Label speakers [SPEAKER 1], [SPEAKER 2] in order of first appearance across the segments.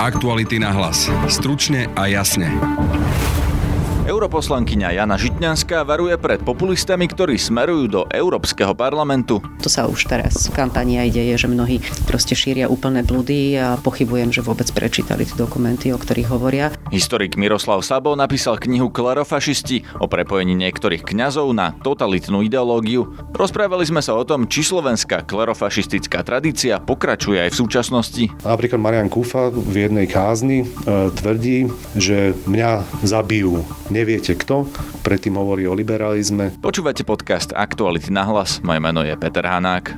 [SPEAKER 1] Aktuality na hlas. Stručne a jasne.
[SPEAKER 2] Europoslankyňa Jana Žitňanská varuje pred populistami, ktorí smerujú do Európskeho parlamentu.
[SPEAKER 3] To sa už teraz v kampani aj deje, že mnohí proste šíria úplné bludy a pochybujem, že vôbec prečítali tie dokumenty, o ktorých hovoria.
[SPEAKER 2] Historik Miroslav Sabo napísal knihu Klerofašisti o prepojení niektorých kňazov na totalitnú ideológiu. Rozprávali sme sa o tom, či slovenská klerofašistická tradícia pokračuje aj v súčasnosti.
[SPEAKER 4] Napríklad Marián Kufa v jednej kázni tvrdí, že mňa zabijú. Neviete kto, predtým hovorí o liberalizme.
[SPEAKER 2] Počúvate podcast Aktuality na hlas, moje meno je Peter Hanák.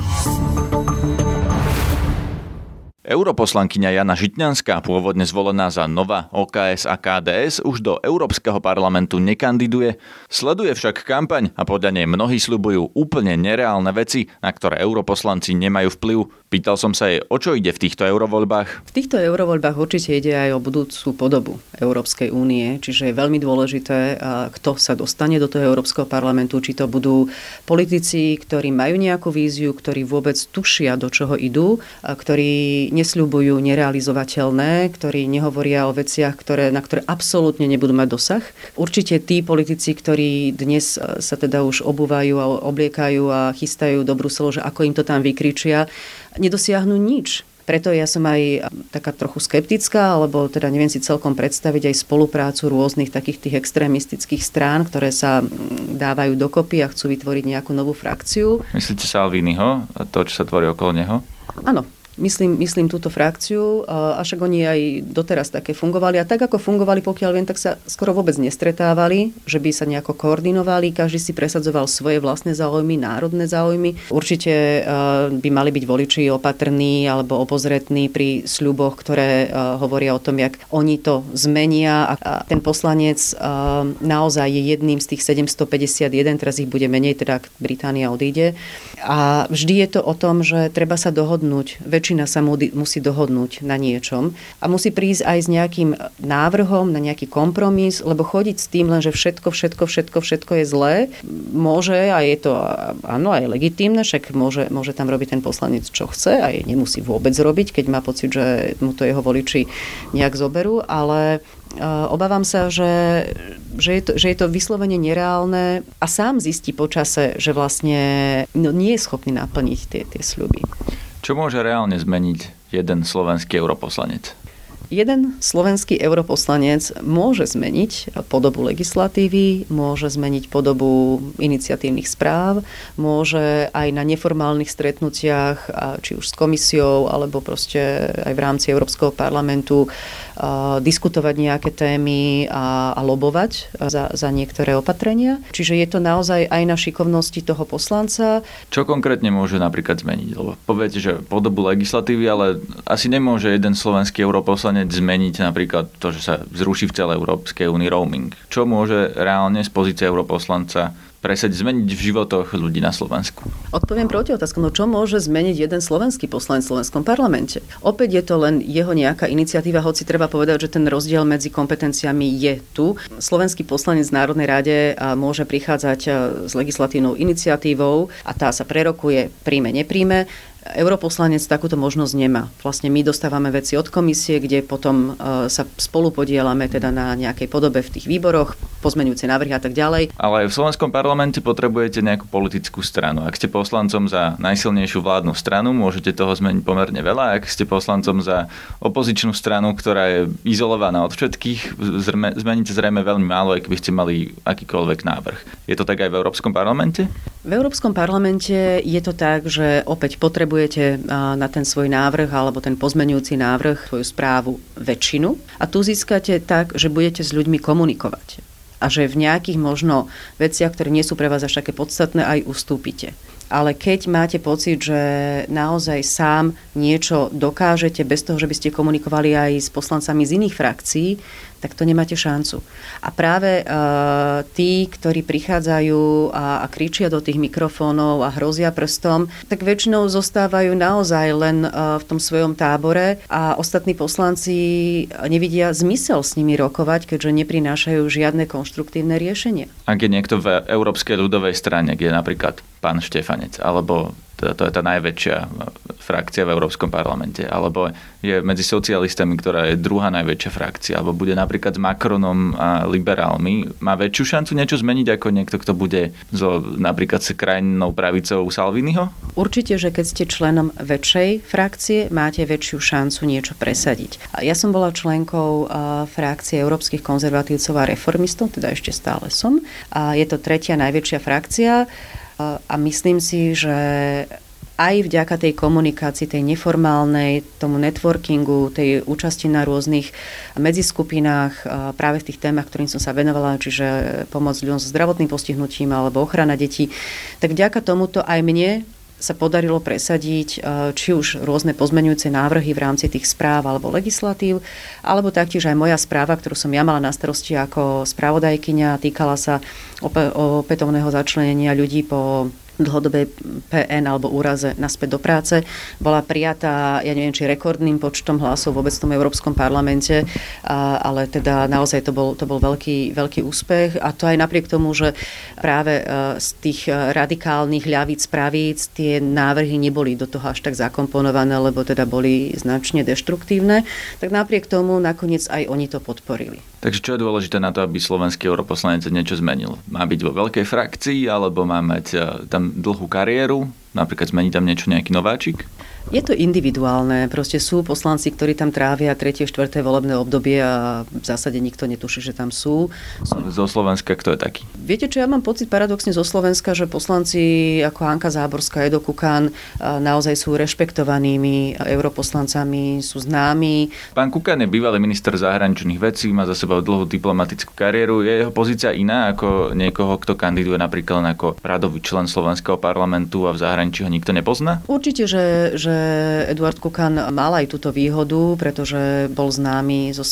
[SPEAKER 2] Europoslankyňa Jana Žitňanská, pôvodne zvolená za Nova, OKS a KDS, už do Európskeho parlamentu nekandiduje. Sleduje však kampaň a podľa nej mnohí sľubujú úplne nereálne veci, na ktoré europoslanci nemajú vplyv. Pýtal som sa jej, o čo ide v týchto eurovoľbách.
[SPEAKER 3] V týchto eurovoľbách určite ide aj o budúcu podobu Európskej únie, čiže je veľmi dôležité, kto sa dostane do toho Európskeho parlamentu, či to budú politici, ktorí majú nejakú víziu, ktorí vôbec tušia, do čoho idú, ktorí nesľubujú nerealizovateľné, ktorí nehovoria o veciach, na ktoré absolútne nebudú mať dosah. Určite tí politici, ktorí dnes sa teda už obúvajú a obliekajú a chystajú do Bruselu, že ako im to tam vykričia, nedosiahnu nič. Preto ja som aj taká trochu skeptická, alebo teda neviem si celkom predstaviť aj spoluprácu rôznych takých tých extrémistických strán, ktoré sa dávajú dokopy a chcú vytvoriť nejakú novú frakciu.
[SPEAKER 2] Myslíte Salviniho a to, čo sa tvorí okolo neho?
[SPEAKER 3] Áno. Myslím túto frakciu, a však oni aj doteraz také fungovali. A tak, ako fungovali, pokiaľ viem, tak sa skoro vôbec nestretávali, že by sa nejako koordinovali, každý si presadzoval svoje vlastné záujmy, národné záujmy. Určite by mali byť voliči opatrní alebo obozretní pri sľuboch, ktoré hovoria o tom, jak oni to zmenia. A ten poslanec naozaj je jedným z tých 751, teraz ich bude menej, teda Británia odíde. A vždy je to o tom, že treba sa dohodnúť. Väčšina sa musí dohodnúť na niečom a musí prísť aj s nejakým návrhom na nejaký kompromis, lebo chodiť s tým len, že všetko je zlé, môže a je to áno, aj legitímne, však môže tam robiť ten poslanec, čo chce a je nemusí vôbec robiť, keď má pocit, že mu to jeho voliči nejak zoberú, ale obávam sa, že je to vyslovene nereálne a sám zistí počase, že vlastne nie je schopný naplniť tie sľuby.
[SPEAKER 2] Čo môže reálne zmeniť jeden slovenský europoslanec?
[SPEAKER 3] Jeden slovenský europoslanec môže zmeniť podobu legislatívy, môže zmeniť podobu iniciatívnych správ, môže aj na neformálnych stretnutiach, či už s komisiou, alebo proste aj v rámci Európskeho parlamentu diskutovať nejaké témy a lobovať za niektoré opatrenia. Čiže je to naozaj aj na šikovnosti toho poslanca.
[SPEAKER 2] Čo konkrétne môže napríklad zmeniť? Lebo poviete, že podobu legislatívy, ale asi nemôže jeden slovenský europoslanec zmeniť napríklad to, že sa zruší v celej Európskej únii roaming. Čo môže reálne z pozície europoslanca zmeniť v životoch ľudí na Slovensku?
[SPEAKER 3] Odpoviem proti otázku. No čo môže zmeniť jeden slovenský poslanec v slovenskom parlamente? Opäť je to len jeho nejaká iniciatíva, hoci treba povedať, že ten rozdiel medzi kompetenciami je tu. Slovenský poslanec v Národnej rade môže prichádzať s legislatívnou iniciatívou a tá sa prerokuje, príjme, nepríjme. Europoslanec takúto možnosť nemá. Vlastne my dostávame veci od komisie, kde potom sa spolu podielame teda na nejakej podobe v tých výboroch, pozmeňujúce návrhy a tak ďalej.
[SPEAKER 2] Ale v slovenskom parlamente potrebujete nejakú politickú stranu. Ak ste poslancom za najsilnejšiu vládnu stranu, môžete toho zmeniť pomerne veľa. Ak ste poslancom za opozičnú stranu, ktorá je izolovaná od všetkých, zmeníte zrejme veľmi málo, ak by ste mali akýkoľvek návrh. Je to tak aj v Európskom parlamente?
[SPEAKER 3] V Európskom parlamente je to tak, že opäť potrebujete na ten svoj návrh alebo ten pozmeňujúci návrh svoju správu väčšinu a tu získate tak, že budete s ľuďmi komunikovať a že v nejakých možno veciach, ktoré nie sú pre vás až také podstatné, aj ustúpite. Ale keď máte pocit, že naozaj sám niečo dokážete bez toho, že by ste komunikovali aj s poslancami z iných frakcií, tak to nemáte šancu. A práve tí, ktorí prichádzajú a kričia do tých mikrofónov a hrozia prstom, tak väčšinou zostávajú naozaj len v tom svojom tábore a ostatní poslanci nevidia zmysel s nimi rokovať, keďže neprinášajú žiadne konštruktívne riešenie.
[SPEAKER 2] Ak je niekto v Európskej ľudovej strane, kde napríklad pán Štefanec, alebo to je tá najväčšia frakcia v Európskom parlamente, alebo je medzi socialistami, ktorá je druhá najväčšia frakcia, alebo bude napríklad s Macronom a liberálmi, má väčšiu šancu niečo zmeniť ako niekto, kto bude napríklad s krajnou pravicou Salviniho?
[SPEAKER 3] Určite, že keď ste členom väčšej frakcie, máte väčšiu šancu niečo presadiť. Ja som bola členkou frakcie Európskych konzervatívcov a reformistov, teda ešte stále som. A je to tretia najväčšia frakcia. A myslím si, že aj vďaka tej komunikácii, tej neformálnej, tomu networkingu, tej účasti na rôznych medziskupinách, práve v tých témach, ktorým som sa venovala, čiže pomoc ľuďom so zdravotným postihnutím alebo ochrana detí, tak vďaka tomuto aj mne sa podarilo presadiť či už rôzne pozmeňujúce návrhy v rámci tých správ alebo legislatív, alebo taktiež aj moja správa, ktorú som ja mala na starosti ako spravodajkyňa, týkala sa opätovného začlenenia ľudí po dlhodobej PN alebo úraze naspäť do práce, bola prijatá, ja neviem, či rekordným počtom hlasov vôbec v tom Európskom parlamente, ale teda naozaj to bol veľký úspech a to aj napriek tomu, že práve z tých radikálnych ľavíc, pravíc tie návrhy neboli do toho až tak zakomponované, lebo teda boli značne deštruktívne, tak napriek tomu nakoniec aj oni to podporili.
[SPEAKER 2] Takže čo je dôležité na to, aby slovenský europoslanec niečo zmenil? Má byť vo veľkej frakcii, alebo má mať tam dlhú kariéru? Napríklad zmení tam niečo nejaký nováčik?
[SPEAKER 3] Je to individuálne. Proste sú poslanci, ktorí tam trávia 3., 4. volebné obdobie a v zásade nikto netuší, že tam sú.
[SPEAKER 2] Zo Slovenska kto je taký?
[SPEAKER 3] Viete čo, ja mám pocit paradoxne zo Slovenska, že poslanci ako Hanka Záborská, Edo Kukan naozaj sú rešpektovanými europoslancami, sú známi.
[SPEAKER 2] Pán Kukan je bývalý minister zahraničných vecí, má za sebou dlhú diplomatickú kariéru. Je jeho pozícia iná ako niekoho, kto kandiduje napríklad ako radový člen slovenského parlamentu a v zahraničí ho nikto nepozná?
[SPEAKER 3] Určite, že Eduard Kukan mal aj túto výhodu, pretože bol známy zo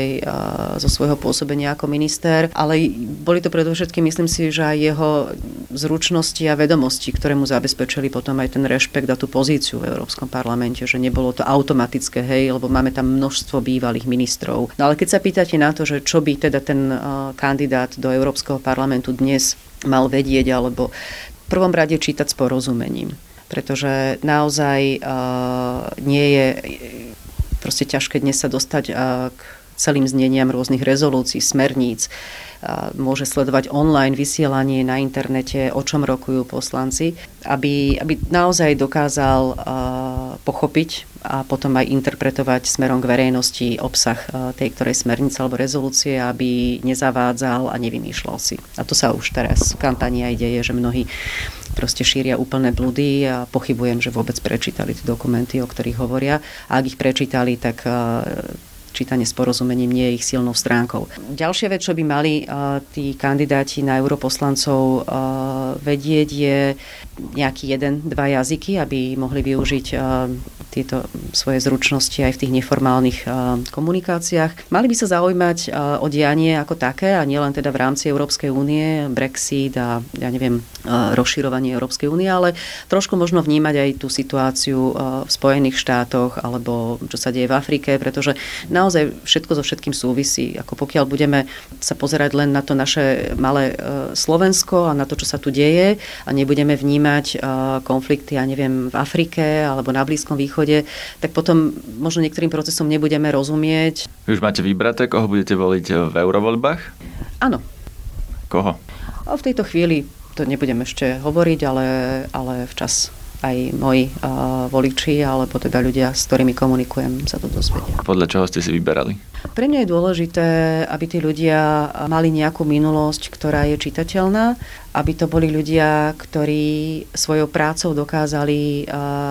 [SPEAKER 3] svojho pôsobenia ako minister, ale boli to predovšetkým, myslím si, že aj jeho zručnosti a vedomosti, ktoré mu zabezpečili potom aj ten rešpekt a tú pozíciu v Európskom parlamente, že nebolo to automatické, hej, lebo máme tam množstvo bývalých ministrov. No ale keď sa pýtate na to, že čo by teda ten kandidát do Európskeho parlamentu dnes mal vedieť, alebo v prvom rade čítať s porozumením. Pretože naozaj nie je proste ťažké dnes sa dostať k celým zneniam rôznych rezolúcií, smerníc. Môže sledovať online vysielanie na internete, o čom rokujú poslanci, aby naozaj dokázal pochopiť a potom aj interpretovať smerom k verejnosti obsah tej ktorej smernice alebo rezolúcie, aby nezavádzal a nevymýšľal si. A to sa už teraz v kampani aj deje, že mnohí proste šíria úplné blúdy a pochybujem, že vôbec prečítali tie dokumenty, o ktorých hovoria. A ak ich prečítali, tak čítanie s porozumením nie je ich silnou stránkou. Ďalšia vec, čo by mali tí kandidáti na europoslancov vedieť, je nejaký 1-2 jazyky, aby mohli využiť tieto svoje zručnosti aj v tých neformálnych komunikáciách. Mali by sa zaujímať o dianie ako také a nielen teda v rámci Európskej únie, Brexit a ja neviem, rozširovanie Európskej únie, ale trošku možno vnímať aj tú situáciu v Spojených štátoch alebo čo sa deje v Afrike, pretože naozaj všetko so všetkým súvisí. Ako pokiaľ budeme sa pozerať len na to naše malé Slovensko a na to, čo sa tu deje a nebudeme vnímať konflikty, ja neviem, v Afrike alebo na Blízkom východe, tak potom možno niektorým procesom nebudeme rozumieť.
[SPEAKER 2] Vy už máte vybraté, koho budete voliť v eurovoľbách?
[SPEAKER 3] Áno.
[SPEAKER 2] Koho?
[SPEAKER 3] V tejto chvíli to nebudem ešte hovoriť, ale včas aj moji voliči, alebo teda ľudia, s ktorými komunikujem, sa to dozvedia.
[SPEAKER 2] Podľa čoho ste si vyberali?
[SPEAKER 3] Pre mňa je dôležité, aby tí ľudia mali nejakú minulosť, ktorá je čitateľná, aby to boli ľudia, ktorí svojou prácou dokázali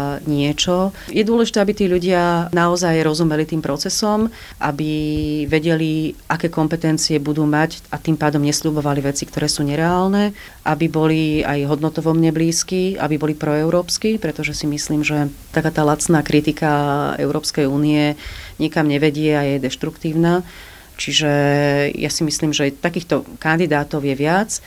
[SPEAKER 3] niečo. Je dôležité, aby tí ľudia naozaj rozumeli tým procesom, aby vedeli, aké kompetencie budú mať a tým pádom nesľubovali veci, ktoré sú nereálne, aby boli aj hodnotovo mne blízky, aby boli proeurópsky, pretože si myslím, že taká tá lacná kritika Európskej únie nikam nevedie a je deštruktívna. Čiže ja si myslím, že takýchto kandidátov je viac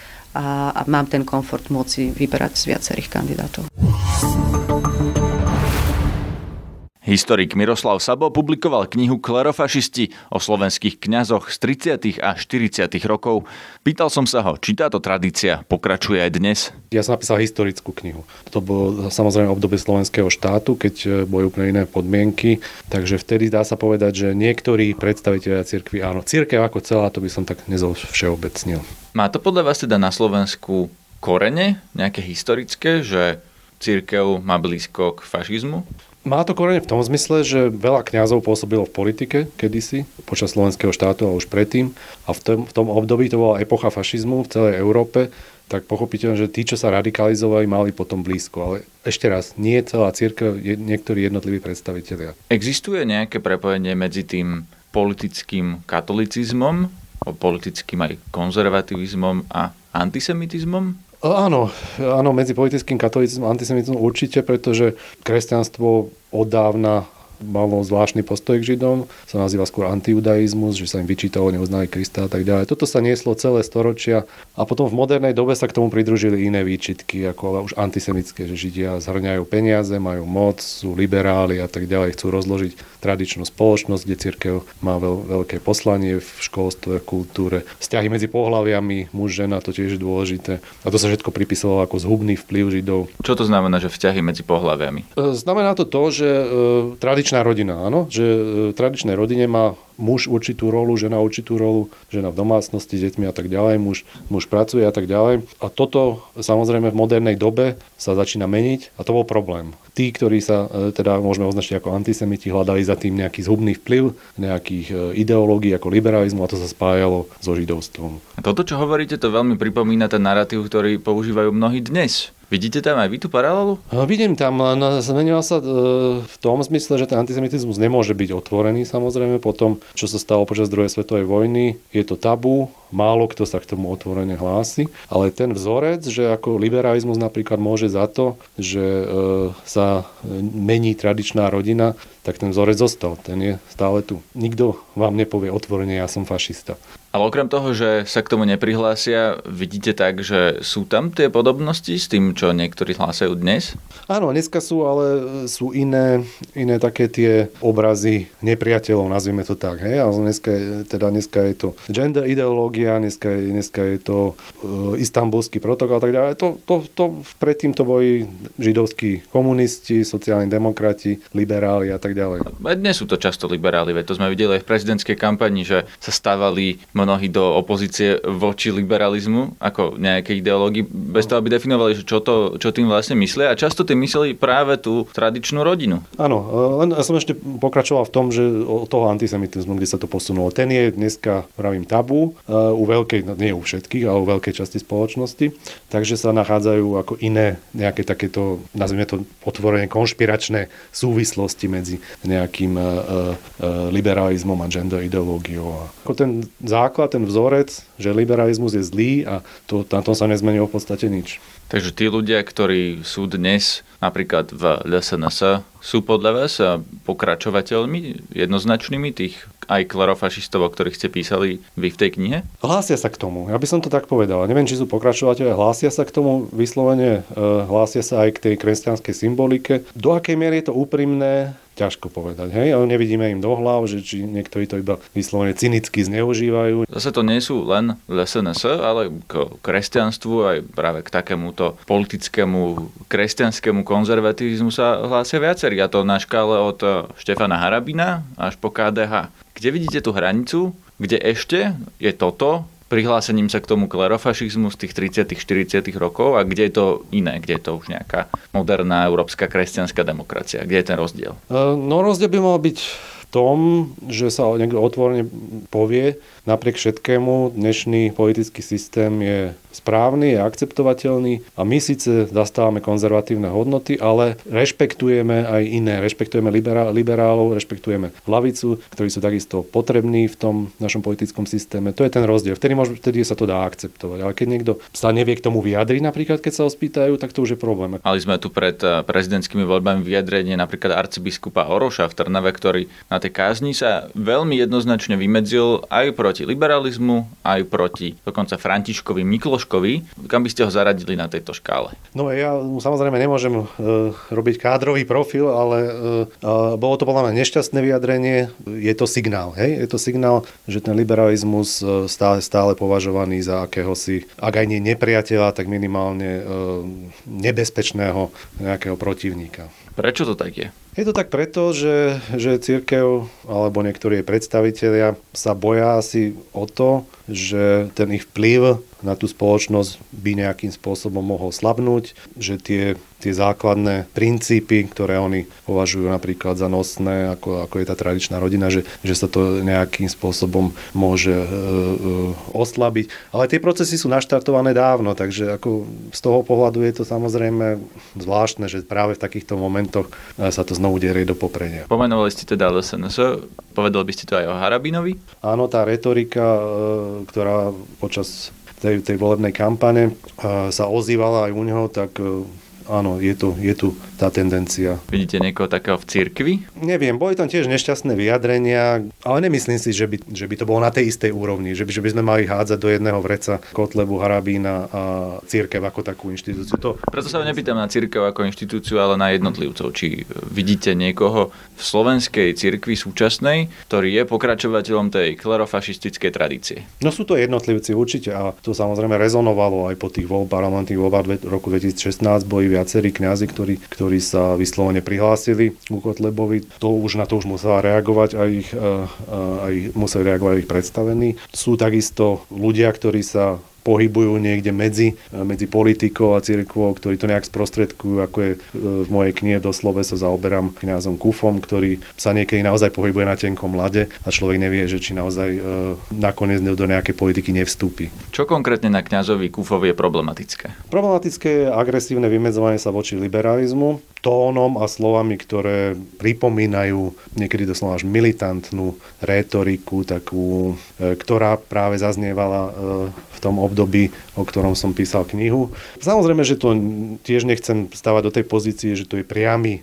[SPEAKER 3] a mám ten komfort môcť vyberať z viacerých kandidátov.
[SPEAKER 2] Historik Miroslav Sabo publikoval knihu Klerofašisti o slovenských kňazoch z 30. a 40. rokov. Pýtal som sa ho, či táto tradícia pokračuje aj dnes.
[SPEAKER 4] Ja som napísal historickú knihu. To bolo samozrejme obdobie slovenského štátu, keď boli úplne iné podmienky, takže vtedy dá sa povedať, že niektorí predstavitelia cirkvi, áno, cirkev ako celá, to by som tak všeobecnil. Má
[SPEAKER 2] to podľa vás teda na Slovensku korene, nejaké historické, že cirkev má blízko k fašizmu?
[SPEAKER 4] Má to korene v tom zmysle, že veľa kňazov pôsobilo v politike kedysi, počas slovenského štátu a už predtým. A v tom období to bola epocha fašizmu v celej Európe, tak pochopiteľne, že tí, čo sa radikalizovali, mali potom blízko. Ale ešte raz, nie celá cirkev, niektorí jednotliví predstavitelia.
[SPEAKER 2] Existuje nejaké prepojenie medzi tým politickým katolicizmom, politickým aj konzervativizmom a antisemitizmom?
[SPEAKER 4] Áno, medzi politickým katolicizmom a antisemitizmom určite, pretože kresťanstvo od dávna malo zvláštny postoj k Židom, sa nazýva skôr antijudaizmus, že sa im vyčítalo, neuznali Krista a tak ďalej. Toto sa nieslo celé storočia a potom v modernej dobe sa k tomu pridružili iné výčitky, ako už antisemické, že Židia zhrňajú peniaze, majú moc, sú liberáli a tak ďalej, chcú rozložiť tradičnú spoločnosť, kde cirkev má veľké poslanie v školstve, v kultúre. Vzťahy medzi pohlaviami, muž, žena, to tiež je dôležité. A to sa všetko pripisovalo ako zhubný vplyv Židov.
[SPEAKER 2] Čo to znamená, že vzťahy medzi pohlaviami?
[SPEAKER 4] Znamená to, že tradičná rodina, áno, že v tradičnej rodine má muž určitú rolu, žena určitú rolu, žena v domácnosti s deťmi a tak ďalej, muž pracuje a tak ďalej. A toto samozrejme v modernej dobe sa začína meniť a to bol problém. Tí, ktorí sa teda môžeme označiť ako antisemiti, hľadali za tým nejaký zhubný vplyv nejakých ideológií ako liberalizmu a to sa spájalo so židovstvom.
[SPEAKER 2] A toto, čo hovoríte, to veľmi pripomína ten narratív, ktorý používajú mnohí dnes. Vidíte tam aj vy tú paralelu?
[SPEAKER 4] Vidím tam, zmenila sa v tom zmysle, že ten antisemitizmus nemôže byť otvorený samozrejme po tom, čo sa stalo počas druhej svetovej vojny. Je to tabu, málo kto sa k tomu otvorene hlási, ale ten vzorec, že ako liberalizmus napríklad môže za to, že sa mení tradičná rodina, tak ten vzorec zostal, ten je stále tu. Nikto vám nepovie otvorene, ja som fašista.
[SPEAKER 2] Ale okrem toho, že sa k tomu neprihlásia, vidíte tak, že sú tam tie podobnosti s tým, čo niektorí hlásajú dnes?
[SPEAKER 4] Áno, dneska sú, ale sú iné také tie obrazy nepriateľov, nazvime to tak. Hej? Ale dneska je to gender ideológia, dneska je to istanbulský protokol a tak ďalej. Predtým to boli židovskí komunisti, sociálni demokrati, liberáli a tak ďalej.
[SPEAKER 2] A dnes sú to často liberáli, veď to sme videli aj v prezidentskej kampani, že sa stávali mnohí do opozície voči liberalizmu ako nejaké ideológii, bez toho, aby definovali, že čo tým vlastne myslia. A často tým mysleli práve tú tradičnú rodinu.
[SPEAKER 4] Áno, len ja som ešte pokračoval v tom, že od toho antisemitizmu, kde sa to posunulo. Ten je dneska, pravím, tabu u veľkej, nie u všetkých, ale u veľkej časti spoločnosti. Takže sa nachádzajú ako iné nejaké takéto, nazvime to otvorene konšpiračné súvislosti medzi nejakým liberalizmom a gender ideológiou. Ako ten základ, ten vzorec, že liberalizmus je zlý a na tom sa nezmenilo v podstate nič.
[SPEAKER 2] Takže tí ľudia, ktorí sú dnes napríklad v LSNS, sú podľa vás pokračovateľmi jednoznačnými tých aj klerofašistov, o ktorých ste písali vy v tej knihe?
[SPEAKER 4] Hlásia sa k tomu. Ja by som to tak povedal. Neviem, či sú pokračovateľe. Hlásia sa k tomu vyslovene, hlásia sa aj k tej kresťanskej symbolike. Do akej miery je to úprimné, ťažko povedať. Hej? Ale nevidíme im do hlav, že či niektorí to iba vyslovene cynicky zneužívajú.
[SPEAKER 2] Zase to nie sú len LSNS, ale k kresťanstvu aj práve k takémuto politickému kresťanskému konzervativizmu sa hlásia viacerí. A to na škále od Štefana Harabina až po KDH. Kde vidíte tú hranicu, kde ešte je toto prihlásením sa k tomu klerofašizmu z tých 30. 40. rokov a kde je to iné, kde je to už nejaká moderná európska kresťanská demokracia? Kde je ten rozdiel?
[SPEAKER 4] No rozdiel by mal byť v tom, že sa niekto otvorene povie, napriek všetkému dnešný politický systém je správny, je akceptovateľný a my síce zastávame konzervatívne hodnoty, ale rešpektujeme aj iné. Rešpektujeme liberálov, rešpektujeme ľavicu, ktorí sú takisto potrební v tom našom politickom systéme. To je ten rozdiel. Vtedy sa to dá akceptovať. Ale keď niekto sa nevie k tomu vyjadriť, napríklad keď sa ho spýtajú, tak to už je problém.
[SPEAKER 2] Mali sme tu pred prezidentskými voľbami vyjadrenie napríklad arcibiskupa Oroša v Trnave, ktorý na tej kázni sa veľmi jednoznačne vymedzil aj proti liberalizmu, aj proti dokonca Františkovi Miklošovi, položkový, kam by ste ho zaradili na tejto škále?
[SPEAKER 4] No ja samozrejme nemôžem robiť kádrový profil, ale bolo to podľa mňa nešťastné vyjadrenie. Je to signál, hej? Je to signál, že ten liberalizmus stále považovaný za akéhosi, ak aj nie nepriateľa, tak minimálne nebezpečného nejakého protivníka.
[SPEAKER 2] Prečo to tak je?
[SPEAKER 4] Je to tak preto, že cirkev alebo niektorí predstavitelia sa boja asi o to, že ten ich vplyv na tú spoločnosť by nejakým spôsobom mohol slabnúť, že tie základné princípy, ktoré oni považujú napríklad za nosné, ako je tá tradičná rodina, že sa to nejakým spôsobom môže oslabiť. Ale tie procesy sú naštartované dávno, takže ako z toho pohľadu je to samozrejme zvláštne, že práve v takýchto momentoch sa to znovu derie do popredia.
[SPEAKER 2] Pomenovali ste teda LSNS, povedali by ste to aj o Harabinovi?
[SPEAKER 4] Áno, tá retorika, ktorá počas tej volebnej kampane sa ozývala aj u neho, tak áno, je tu tá tendencia.
[SPEAKER 2] Vidíte niekoho takého v cirkvi?
[SPEAKER 4] Neviem, boli tam tiež nešťastné vyjadrenia, ale nemyslím si, že by to bolo na tej istej úrovni, že by sme mali hádzať do jedného vreca Kotlebu, Harabína a cirkev ako takú inštitúciu.
[SPEAKER 2] Preto sa nepýtam na cirkev ako inštitúciu, ale na jednotlivcov. Či vidíte niekoho v slovenskej cirkvi súčasnej, ktorý je pokračovateľom tej klerofašistickej tradície?
[SPEAKER 4] No sú to jednotlivci určite a to samozrejme rezonovalo aj po tých parlamentných voľbách roku 2016. Boli viacerí kňazi, ktorí sa vyslovene prihlásili ku Kotlebovi. Na to už musela reagovať aj museli reagovať ich predstavení. Sú takisto ľudia, ktorí sa pohybujú niekde medzi politikou a cirkvou, ktorí to nejak sprostredkujú, ako je v mojej knihe Doslove sa zaoberám kňazom Kufom, ktorý sa niekedy naozaj pohybuje na tenkom ľade a človek nevie, že či naozaj nakoniec do nejakej politiky nevstúpi.
[SPEAKER 2] Čo konkrétne na kňazovi Kufovi je problematické?
[SPEAKER 4] Problematické je agresívne vymedzovanie sa voči liberalizmu, tónom a slovami, ktoré pripomínajú niekedy doslova až militantnú rétoriku, takú, ktorá práve zaznievala v tom období, o ktorom som písal knihu. Samozrejme, že to tiež nechcem stavať do tej pozície, že to je priamy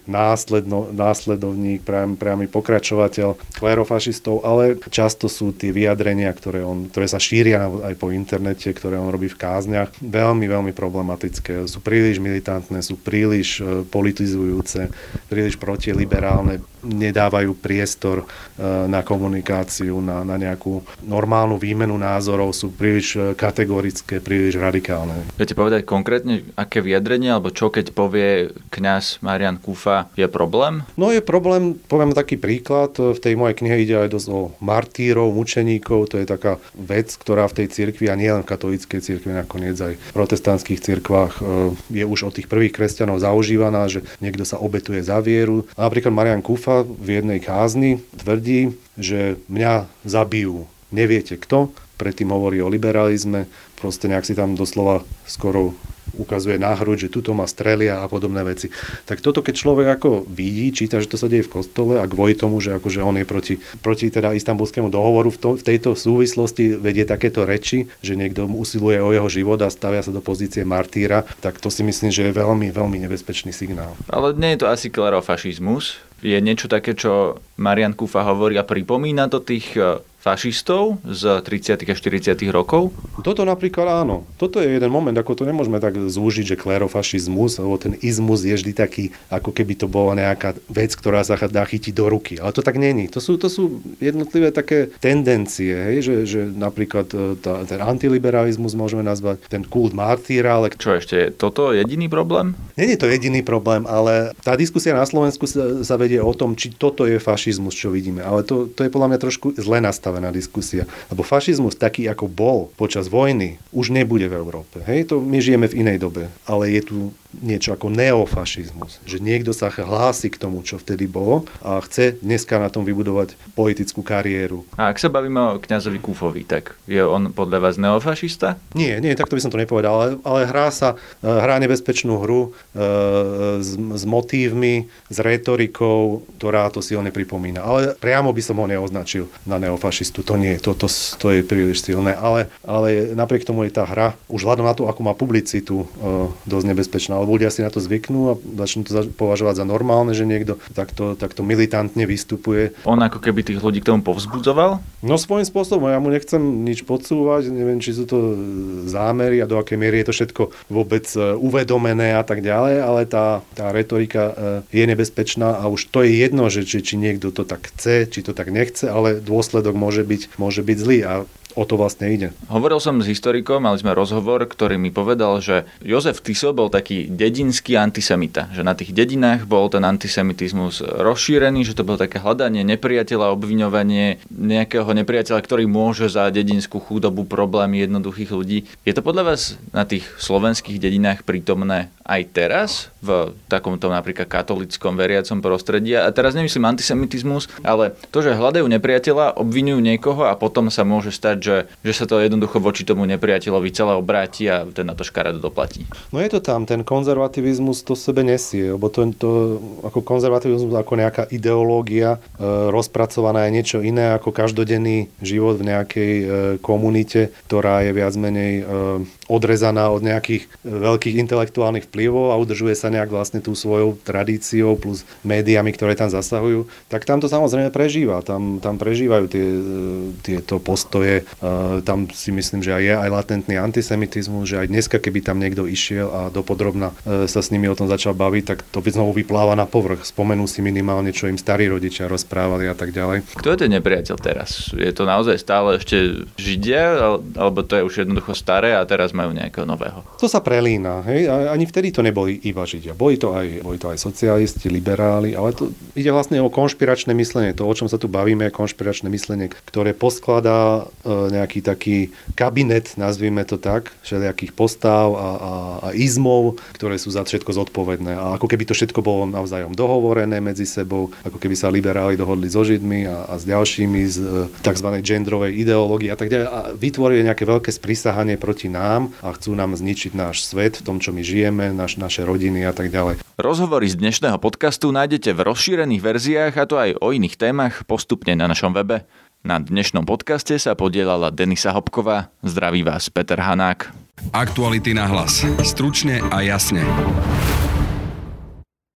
[SPEAKER 4] následovník, priamy pokračovateľ klerofašistov, ale často sú tie vyjadrenia, ktoré sa šíria aj po internete, ktoré on robí v kázniach, veľmi, veľmi problematické. Sú príliš militantné, sú príliš politizujúce, príliš protiliberálne, nedávajú priestor na komunikáciu, na nejakú normálnu výmenu názorov, sú príliš kategorické, príliš radikálne.
[SPEAKER 2] Viete povedať konkrétne, aké vyjadrenie, alebo čo keď povie kňaz Marián Kufa, je problém?
[SPEAKER 4] No je problém, poviem taký príklad, v tej mojej knihe ide aj dosť o martírov, mučeníkov, to je taká vec, ktorá v tej cirkvi, a nielen v katolíckej cirkvi, nakoniec aj v protestantských cirkvách je už od tých prvých kresťanov zaužívaná, že niekto sa obetuje za vieru. A napríklad Marián Kufa v jednej kázni tvrdí, že mňa zabijú. Neviete kto? Predtým hovorí o liberalizme. Proste nejak si tam doslova skoro ukazuje na hruď, že tuto ma strelia a podobné veci. Tak toto, keď človek ako vidí, číta, že to sa deje v kostole a kvôli tomu, že akože on je proti teda Istanbulskému dohovoru v tejto súvislosti vedie takéto reči, že niekto usiluje o jeho život a stavia sa do pozície martýra, tak to si myslím, že je veľmi, veľmi nebezpečný signál.
[SPEAKER 2] Ale nie je to asi klerofašizmus. Je niečo také, čo Marián Kufa hovorí a pripomína to tých fašistov z 30. a 40. rokov? Toto
[SPEAKER 4] napríklad áno. Toto je jeden moment, ako to nemôžeme tak zúžiť, že klerofašizmus, lebo ten izmus je vždy taký, ako keby to bola nejaká vec, ktorá sa dá chytiť do ruky. Ale to tak není. To sú jednotlivé také tendencie, hej? Že napríklad ten antiliberalizmus môžeme nazvať, ten kult martýra. Ale...
[SPEAKER 2] Čo ešte? Je toto jediný problém?
[SPEAKER 4] Nie je to jediný problém, ale tá diskusia na Slovensku sa vedie o tom, či toto je fašizmus, čo vidíme. Ale to je podľa mňa trošku zle nastavená diskusia. Lebo fašizmus taký, ako bol počas vojny, už nebude v Európe. Hej, to my žijeme v inej dobe. Ale je tu niečo ako neofašizmus. Že niekto sa hlási k tomu, čo vtedy bolo a chce dneska na tom vybudovať politickú kariéru. A
[SPEAKER 2] ak sa bavíme o kňazovi Kufovi, tak je on podľa vás neofašista?
[SPEAKER 4] Nie, takto by som to nepovedal, ale hrá nebezpečnú hru s motívmi, s rétorikou, ktorá to silne pripomína. Ale priamo by som ho neoznačil na neofašistu. fašistu. To nie, to je príliš silné. Ale napriek tomu je tá hra, už vzhľadom na to, ako má publicitu, dosť nebezpečná. Ale ľudia si na to zvyknú a začnú to považovať za normálne, že niekto takto militantne vystupuje.
[SPEAKER 2] On ako keby tých ľudí k tomu povzbudzoval?
[SPEAKER 4] No svojím spôsobom, ja mu nechcem nič podsúvať, neviem, či sú to zámery a do akej miery je to všetko vôbec uvedomené a tak ďalej, ale tá retorika je nebezpečná a už to je jedno, že či niekto to tak chce, či to tak nechce, ale dôsledok môže byť zlý a o to vlastne ide.
[SPEAKER 2] Hovoril som s historikom, mali sme rozhovor, ktorý mi povedal, že Jozef Tiso bol taký dedinský antisemita, že na tých dedinách bol ten antisemitizmus rozšírený, že to bolo také hľadanie nepriateľa, obviňovanie nejakého nepriateľa, ktorý môže za dedinskú chudobu, problémy jednoduchých ľudí. Je to podľa vás na tých slovenských dedinách prítomné aj teraz v takomto napríklad katolickom veriacom prostredí? A teraz nemyslím antisemitizmus, ale to, že hľadajú nepriateľa, obviňujú niekoho a potom sa môže stať, že sa to jednoducho voči tomu nepriateľovi celé obráti a ten na to škaredo doplatí.
[SPEAKER 4] No je to tam, ten konzervativizmus to sebe nesie, lebo to ako konzervativizmus ako nejaká ideológia rozpracovaná je niečo iné ako každodenný život v nejakej komunite, ktorá je viac menej odrezaná od nejakých veľkých intelektuálnych vplyvov a udržuje sa nejak vlastne tú svojou tradíciou plus médiami, ktoré tam zasahujú, tak tam to samozrejme prežíva. Tam prežívajú tieto postoje. Tam si myslím, že je aj latentný antisemitizmus, že aj dneska, keby tam niekto išiel a dopodrobna sa s nimi o tom začal baviť, tak to znovu vypláva na povrch. Spomenú si minimálne, čo im starí rodičia rozprávali a tak ďalej.
[SPEAKER 2] Kto je ten nepriateľ teraz? Je to naozaj stále ešte Židia, alebo to je už jednoducho staré a teraz majú nejakého nového?
[SPEAKER 4] To sa prelína, hej? Ani vtedy to neboli iba Židia. Boli to aj socialisti, liberáli, ale to ide vlastne o konšpiračné myslenie. To, o čom sa tu bavíme, je konšpiračné myslenie, ktoré poskladá nejaký taký kabinet, nazvime to tak, všelijakých postav a izmov, ktoré sú za všetko zodpovedné. A ako keby to všetko bolo navzájom dohovorené medzi sebou, ako keby sa liberáli dohodli so Židmi a s ďalšími z tzv. Genderovej ideológie a tak ďalej. A vytvorili nejaké veľké sprisahanie proti nám a chcú nám zničiť náš svet v tom, čo my žijeme, naše rodiny a tak ďalej.
[SPEAKER 2] Rozhovory z dnešného podcastu nájdete v rozšírených verziách, a to aj o iných témach, postupne na našom webe. Na dnešnom podcaste sa podielala Denisa Hopková. Zdraví vás Peter Hanák.
[SPEAKER 1] Aktuality na hlas. Stručne a jasne.